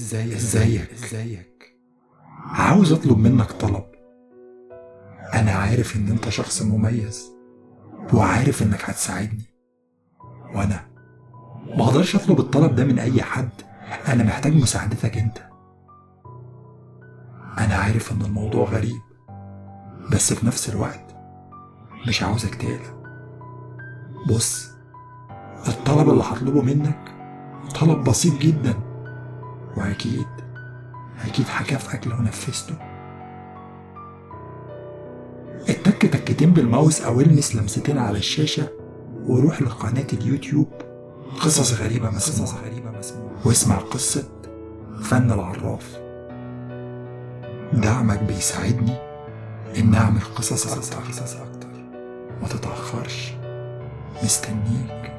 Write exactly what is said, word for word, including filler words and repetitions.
ازيك ازيك ازيك عاوز اطلب منك طلب. انا عارف ان انت شخص مميز وعارف انك هتساعدني، وانا ما اقدرش اطلب الطلب ده من اي حد. انا محتاج مساعدتك انت. انا عارف ان الموضوع غريب، بس في نفس الوقت مش عاوزك تقلق. بص، الطلب اللي هطلبه منك طلب بسيط جدا، واكيد اكيد هكافئك لو نفذته. اتك تكتين بالماوس او المس لمستين على الشاشة وروح لقناة اليوتيوب قصص غريبة مسموعة واسمع قصة فن العراف. دعمك بيساعدني ان اعمل قصص اكتر. ما تتأخرش، مستنيك.